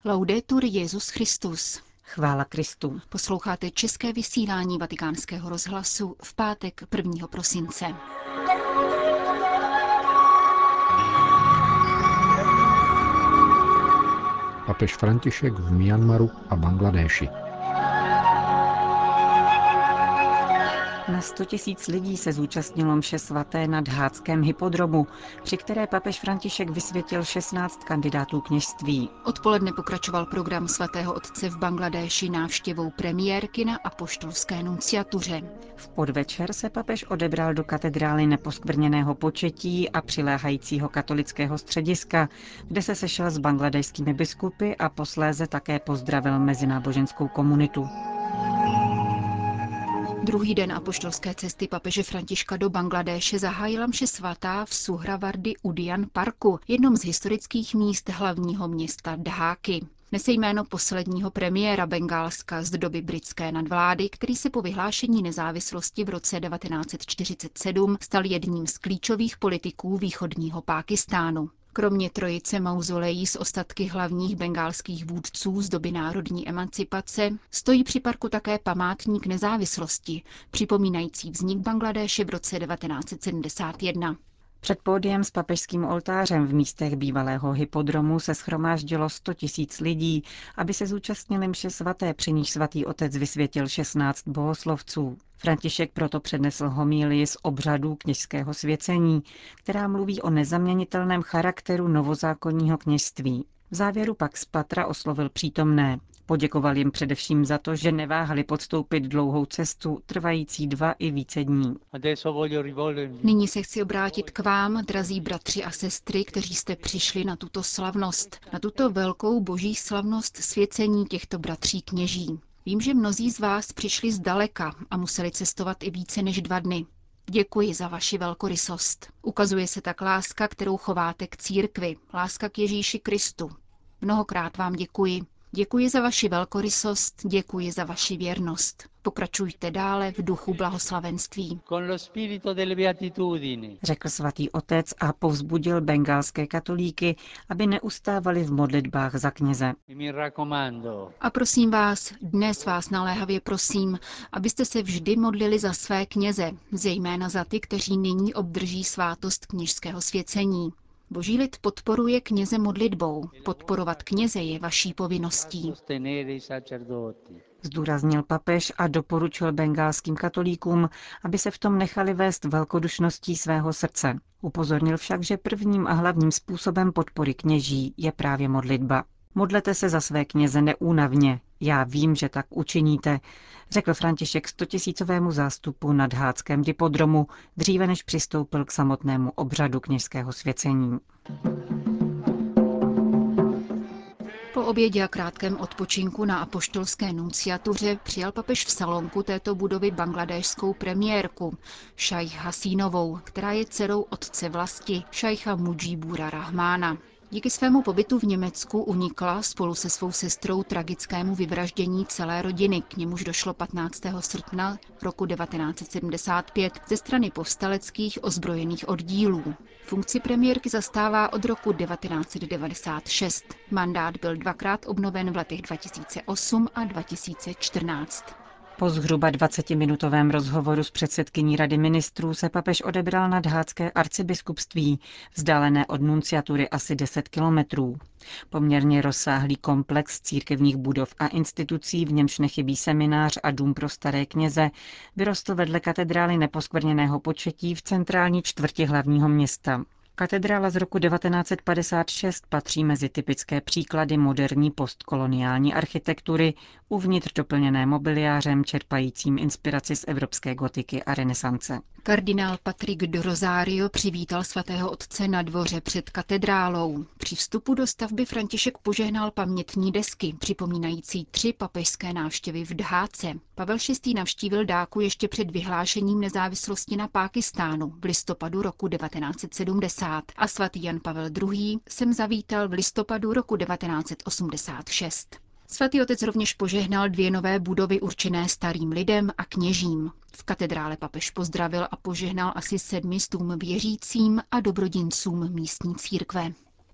Laudetur Jesus Christus. Chvála Kristu. Posloucháte české vysílání Vatikánského rozhlasu v pátek 1. prosince. Papež František v Myanmaru a Bangladéši. Na 100 000 lidí se zúčastnilo mše svaté na Dhátském hypodromu, při které papež František vysvětil 16 kandidátů kněžství. Odpoledne pokračoval program svatého otce v Bangladéši návštěvou premiérky na apoštolské nunciatuře. V podvečer se papež odebral do katedrály Neposkvrněného početí a přiléhajícího katolického střediska, kde se sešel s bangladéšskými biskupy a posléze také pozdravil mezináboženskou komunitu. Druhý den apoštolské cesty papeže Františka do Bangladéše zahájila mše svatá v Suhrawardi Udian Parku, jednom z historických míst hlavního města Dháky. Nese jméno posledního premiéra Bengálska z doby britské nadvlády, který se po vyhlášení nezávislosti v roce 1947 stal jedním z klíčových politiků východního Pákistánu. Kromě trojice mauzolejí s ostatky hlavních bengálských vůdců z doby národní emancipace stojí při parku také památník nezávislosti, připomínající vznik Bangladéše v roce 1971. Před pódiem s papežským oltářem v místech bývalého hypodromu se shromáždilo 100 000 lidí, aby se zúčastnili mše svaté, při níž svatý otec vysvětil 16 bohoslovců. František proto přednesl homílii z obřadů kněžského svěcení, která mluví o nezaměnitelném charakteru novozákonního kněžství. V závěru pak z patra oslovil přítomné. Poděkoval jim především za to, že neváhali podstoupit dlouhou cestu, trvající 2 i více dní. Nyní se chci obrátit k vám, drazí bratři a sestry, kteří jste přišli na tuto slavnost, na tuto velkou boží slavnost svěcení těchto bratří kněží. Vím, že mnozí z vás přišli zdaleka a museli cestovat i více než 2 dny. Děkuji za vaši velkorysost. Ukazuje se tak láska, kterou chováte k církvi, láska k Ježíši Kristu. Mnohokrát vám děkuji. Děkuji za vaši velkorysost, děkuji za vaši věrnost. Pokračujte dále v duchu blahoslavenství. Řekl svatý otec a povzbudil bengálské katolíky, aby neustávali v modlitbách za kněze. A prosím vás, dnes vás naléhavě prosím, abyste se vždy modlili za své kněze, zejména za ty, kteří nyní obdrží svátost kněžského svěcení. Boží lid podporuje kněze modlitbou. Podporovat kněze je vaší povinností. Zdůraznil papež a doporučil bengálským katolíkům, aby se v tom nechali vést velkodušností svého srdce. Upozornil však, že prvním a hlavním způsobem podpory kněží je právě modlitba. Modlete se za své kněze neúnavně. Já vím, že tak učiníte, řekl František 100 000 zástupu na Dhátském hypodromu, dříve než přistoupil k samotnému obřadu kněžského svěcení. Po obědě a krátkém odpočinku na apoštolské nunciatuře přijal papež v salonku této budovy bangladéšskou premiérku, Šajch Hasínovou, která je dcerou otce vlasti, šajcha Mudžíbura Rahmána. Díky svému pobytu v Německu unikla spolu se svou sestrou tragickému vyvraždění celé rodiny, k němuž došlo 15. srpna roku 1975 ze strany povstaleckých ozbrojených oddílů. Funkci premiérky zastává od roku 1996. Mandát byl 2krát obnoven v letech 2008 a 2014. Po zhruba 20-minutovém rozhovoru s předsedkyní Rady ministrů se papež odebral na Dhátské arcibiskupství, vzdálené od nunciatury asi 10 kilometrů. Poměrně rozsáhlý komplex církevních budov a institucí, v němž nechybí seminář a dům pro staré kněze, vyrostl vedle katedrály Neposkvrněného početí v centrální čtvrti hlavního města. Katedrála z roku 1956 patří mezi typické příklady moderní postkoloniální architektury, uvnitř doplněné mobiliářem čerpajícím inspiraci z evropské gotiky a renesance. Kardinál Patrick de Rosario přivítal svatého otce na dvoře před katedrálou. Při vstupu do stavby František požehnal pamětní desky, připomínající 3 papežské návštěvy v Dháce. Pavel VI. Navštívil Dáku ještě před vyhlášením nezávislosti na Pákistánu v listopadu roku 1970 a svatý Jan Pavel II. Sem zavítal v listopadu roku 1986. Svatý otec rovněž požehnal 2 nové budovy určené starým lidem a kněžím. V katedrále papež pozdravil a požehnal asi 700 věřícím a dobrodincům místní církve.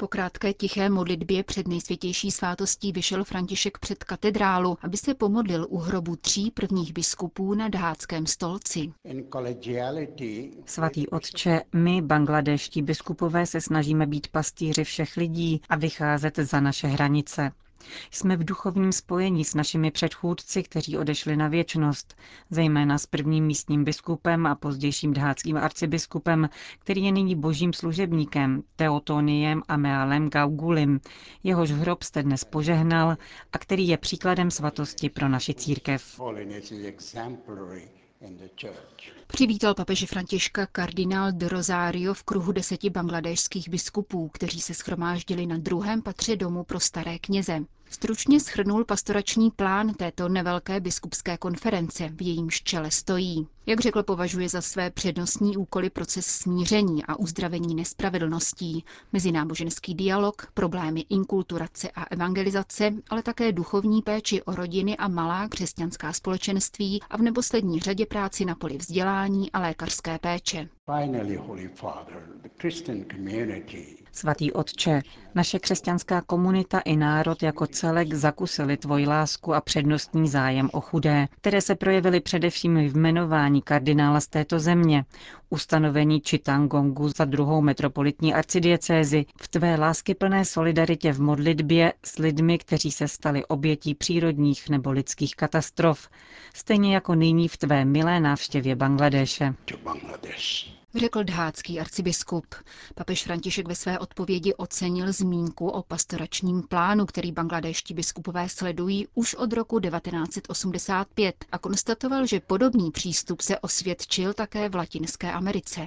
Po krátké tiché modlitbě před nejsvětější svátostí vyšel František před katedrálu, aby se pomodlil u hrobu 3 prvních biskupů na Dhátském stolci. Svatý otče, my, bangladéští biskupové, se snažíme být pastýři všech lidí a vycházet za naše hranice. Jsme v duchovním spojení s našimi předchůdci, kteří odešli na věčnost, zejména s prvním místním biskupem a pozdějším dhátským arcibiskupem, který je nyní božím služebníkem, Teotoniem Amealem Gaugulim, jehož hrob jste dnes požehnal a který je příkladem svatosti pro naši církev. Přivítal papeže Františka kardinál de Rosario v kruhu 10 bangladéšských biskupů, kteří se shromáždili na 2. patře domu pro staré kněze. Stručně shrnul pastorační plán této nevelké biskupské konference, v jejímž čele stojí. Jak řekl, považuje za své přednostní úkoly proces smíření a uzdravení nespravedlností, mezináboženský dialog, problémy inkulturace a evangelizace, ale také duchovní péči o rodiny a malá křesťanská společenství a v neposlední řadě práci na poli vzdělání a lékařské péče. Svatý otče, naše křesťanská komunita i národ jako celek zakusili tvoji lásku a přednostní zájem o chudé, které se projevily především v jmenování kardinála z této země, ustanovení Chittagongu za 2. metropolitní arcidiecézi, v tvé láskyplné solidaritě v modlitbě s lidmi, kteří se stali obětí přírodních nebo lidských katastrof, stejně jako nyní v tvé milé návštěvě Bangladéše. Řekl dhátský arcibiskup. Papež František ve své odpovědi ocenil zmínku o pastoračním plánu, který bangladéští biskupové sledují už od roku 1985 a konstatoval, že podobný přístup se osvědčil také v Latinské Americe.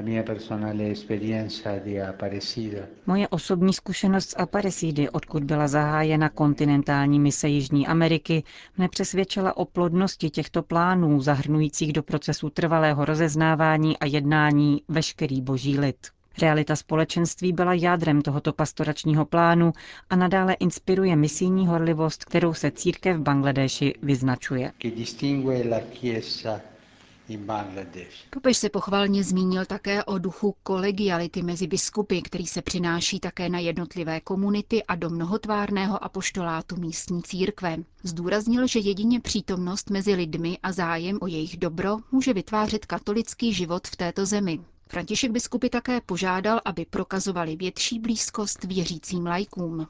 Moje osobní zkušenost z Aparecidy, odkud byla zahájena kontinentální mise Jižní Ameriky, mne přesvědčila o plodnosti těchto plánů, zahrnujících do procesu trvalého rozeznávání a jednání veškerý boží lid. Realita společenství byla jádrem tohoto pastoračního plánu a nadále inspiruje misijní horlivost, kterou se církev v Bangladéši vyznačuje. Papež se pochvalně zmínil také o duchu kolegiality mezi biskupy, který se přináší také na jednotlivé komunity a do mnohotvárného apoštolátu místní církve. Zdůraznil, že jedině přítomnost mezi lidmi a zájem o jejich dobro může vytvářet katolický život v této zemi. František biskupy také požádal, aby prokazovali větší blízkost věřícím laikům.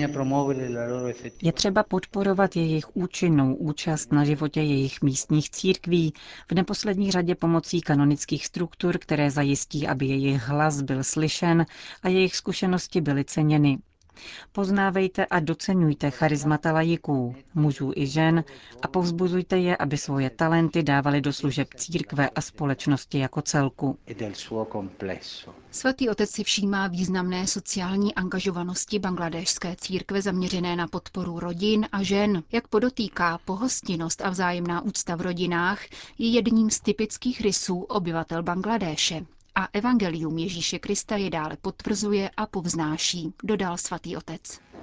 Je třeba podporovat jejich účinnou účast na životě jejich místních církví, v neposlední řadě pomocí kanonických struktur, které zajistí, aby jejich hlas byl slyšen a jejich zkušenosti byly ceněny. Poznávejte a doceňujte charismata laiků, mužů i žen, a povzbuzujte je, aby svoje talenty dávali do služeb církve a společnosti jako celku. Svatý otec si všímá významné sociální angažovanosti bangladéšské církve zaměřené na podporu rodin a žen. Jak podotýká, pohostinnost a vzájemná úcta v rodinách je jedním z typických rysů obyvatel Bangladéše. A evangelium Ježíše Krista je dále potvrzuje a povznáší, dodal svatý otec.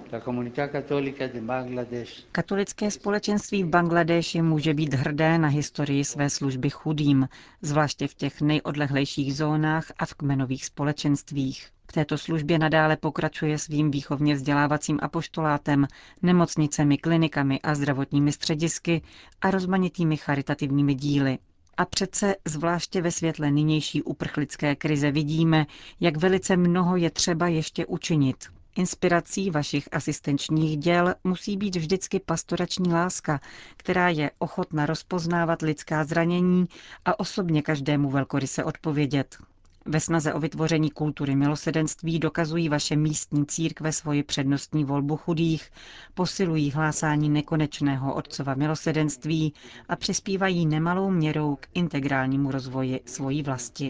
Katolické společenství v Bangladéši může být hrdé na historii své služby chudým, zvláště v těch nejodlehlejších zónách a v kmenových společenstvích. V této službě nadále pokračuje svým výchovně vzdělávacím apoštolátem, nemocnicemi, klinikami a zdravotními středisky a rozmanitými charitativními díly. A přece zvláště ve světle nynější uprchlické krize vidíme, jak velice mnoho je třeba ještě učinit. Inspirací vašich asistenčních děl musí být vždycky pastorační láska, která je ochotna rozpoznávat lidská zranění a osobně každému velkoryse odpovědět. Ve snaze o vytvoření kultury milosedenství dokazují vaše místní církve svoji přednostní volbu chudých, posilují hlásání nekonečného otcova milosedenství a přispívají nemalou měrou k integrálnímu rozvoji svojí vlasti.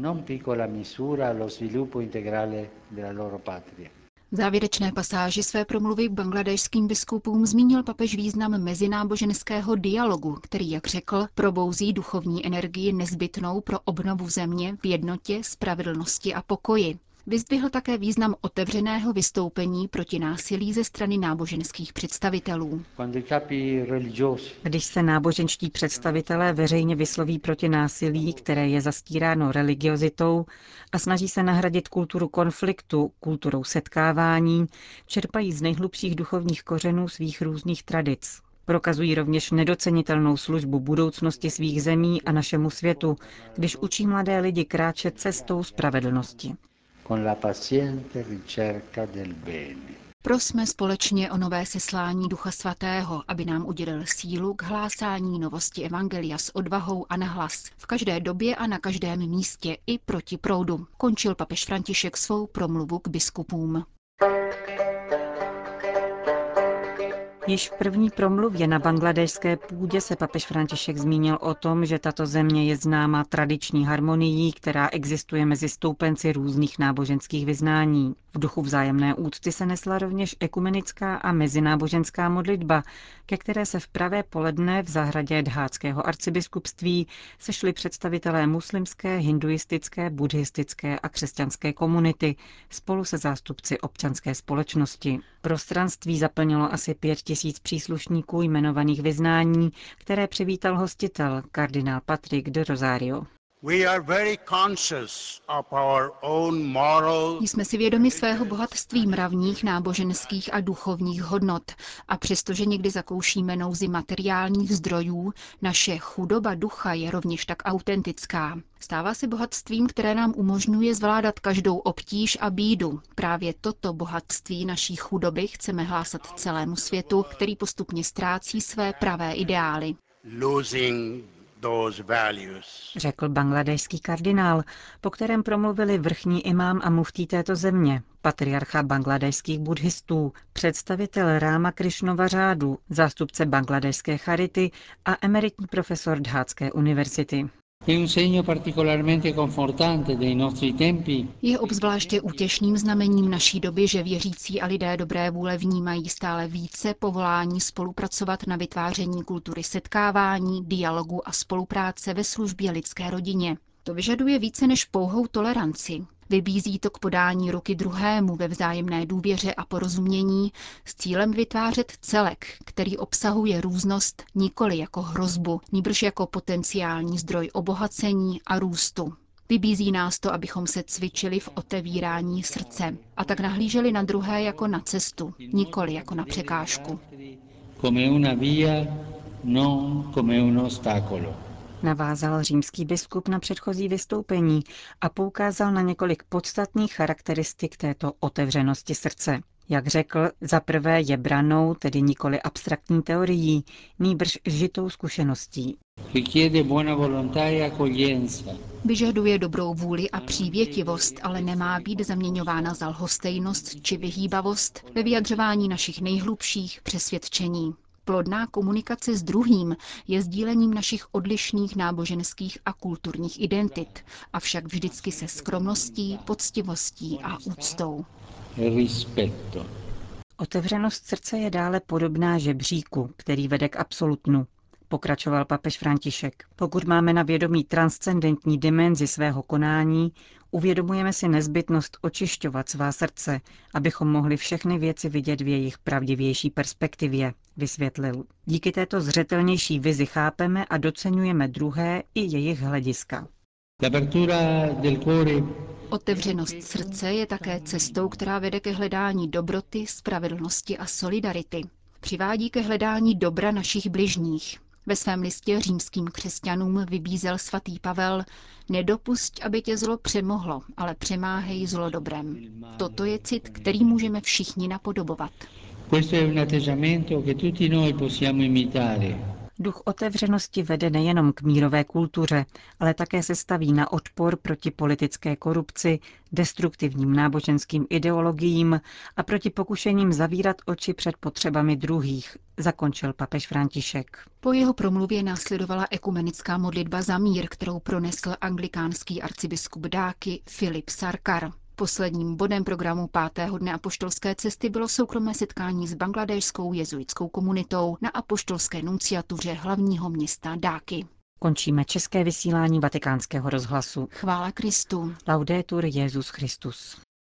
V závěrečné pasáži své promluvy k bangladéšským biskupům zmínil papež význam mezináboženského dialogu, který, jak řekl, probouzí duchovní energii nezbytnou pro obnovu země v jednotě, spravedlnosti a pokoji. Vyzdvihl také význam otevřeného vystoupení proti násilí ze strany náboženských představitelů. Když se náboženští představitelé veřejně vysloví proti násilí, které je zastíráno religiozitou, a snaží se nahradit kulturu konfliktu kulturou setkávání, čerpají z nejhlubších duchovních kořenů svých různých tradic. Prokazují rovněž nedocenitelnou službu budoucnosti svých zemí a našemu světu, když učí mladé lidi kráčet cestou spravedlnosti. Prosme společně o nové seslání Ducha Svatého, aby nám udělil sílu k hlásání novosti evangelia s odvahou a nahlas, v každé době a na každém místě i proti proudu. Končil papež František svou promluvu k biskupům. Již v první promluvě na bangladéšské půdě se papež František zmínil o tom, že tato země je známá tradiční harmonií, která existuje mezi stoupenci různých náboženských vyznání. V duchu vzájemné úcty se nesla rovněž ekumenická a mezináboženská modlitba, ke které se v pravé poledne v zahradě Dhátského arcibiskupství sešli představitelé muslimské, hinduistické, buddhistické a křesťanské komunity spolu se zástupci občanské společnosti. Prostranství zaplnilo asi 5 000 příslušníků jmenovaných vyznání, které přivítal hostitel, kardinál Patrick de Rosario. Jsme si vědomi svého bohatství mravních, náboženských a duchovních hodnot a přestože někdy zakoušíme nouzi materiálních zdrojů, naše chudoba ducha je rovněž tak autentická. Stává se bohatstvím, které nám umožňuje zvládat každou obtíž a bídu. Právě toto bohatství naší chudoby chceme hlásat celému světu, který postupně ztrácí své pravé ideály. Řekl bangladéšský kardinál, po kterém promluvili vrchní imám a muftí této země, patriarcha bangladéšských buddhistů, představitel Ráma Krishnova řádu, zástupce bangladéšské charity a emeritní profesor Dhátské univerzity. Je obzvláště útěšným znamením naší doby, že věřící a lidé dobré vůle vnímají stále více povolání spolupracovat na vytváření kultury setkávání, dialogu a spolupráce ve službě lidské rodině. To vyžaduje více než pouhou toleranci. Vybízí to k podání ruky druhému ve vzájemné důvěře a porozumění s cílem vytvářet celek, který obsahuje různost nikoli jako hrozbu, nýbrž jako potenciální zdroj obohacení a růstu. Vybízí nás to, abychom se cvičili v otevírání srdce a tak nahlíželi na druhé jako na cestu, nikoli jako na překážku. Navázal římský biskup na předchozí vystoupení a poukázal na několik podstatných charakteristik této otevřenosti srdce. Jak řekl, za prvé je branou, tedy nikoli abstraktní teorií, nýbrž žitou zkušeností. Vyžaduje dobrou vůli a přívětivost, ale nemá být zaměňována za lhostejnost či vyhýbavost ve vyjadřování našich nejhlubších přesvědčení. Plodná komunikace s druhým je sdílením našich odlišných náboženských a kulturních identit, avšak vždycky se skromností, poctivostí a úctou. Otevřenost srdce je dále podobná žebříku, který vede k absolutnu, pokračoval papež František. Pokud máme na vědomí transcendentní dimenzi svého konání, uvědomujeme si nezbytnost očišťovat svá srdce, abychom mohli všechny věci vidět v jejich pravdivější perspektivě, vysvětlil. Díky této zřetelnější vizi chápeme a doceňujeme druhé i jejich hlediska. Otevřenost srdce je také cestou, která vede ke hledání dobroty, spravedlnosti a solidarity. Přivádí ke hledání dobra našich bližních. Ve svém listě římským křesťanům vybízel svatý Pavel: nedopusť, aby tě zlo přemohlo, ale přemáhej zlo dobrem. Toto je cit, který můžeme všichni napodobovat. Duch otevřenosti vede nejenom k mírové kultuře, ale také se staví na odpor proti politické korupci, destruktivním náboženským ideologiím a proti pokušením zavírat oči před potřebami druhých, zakončil papež František. Po jeho promluvě následovala ekumenická modlitba za mír, kterou pronesl anglikánský arcibiskup Dáky Filip Sarkar. Posledním bodem programu 5. dne apoštolské cesty bylo soukromé setkání s bangladéšskou jezuitskou komunitou na apoštolské nunciatuře hlavního města Dáky. Končíme české vysílání Vatikánského rozhlasu. Chvála Kristu. Laudetur Jesus Christus.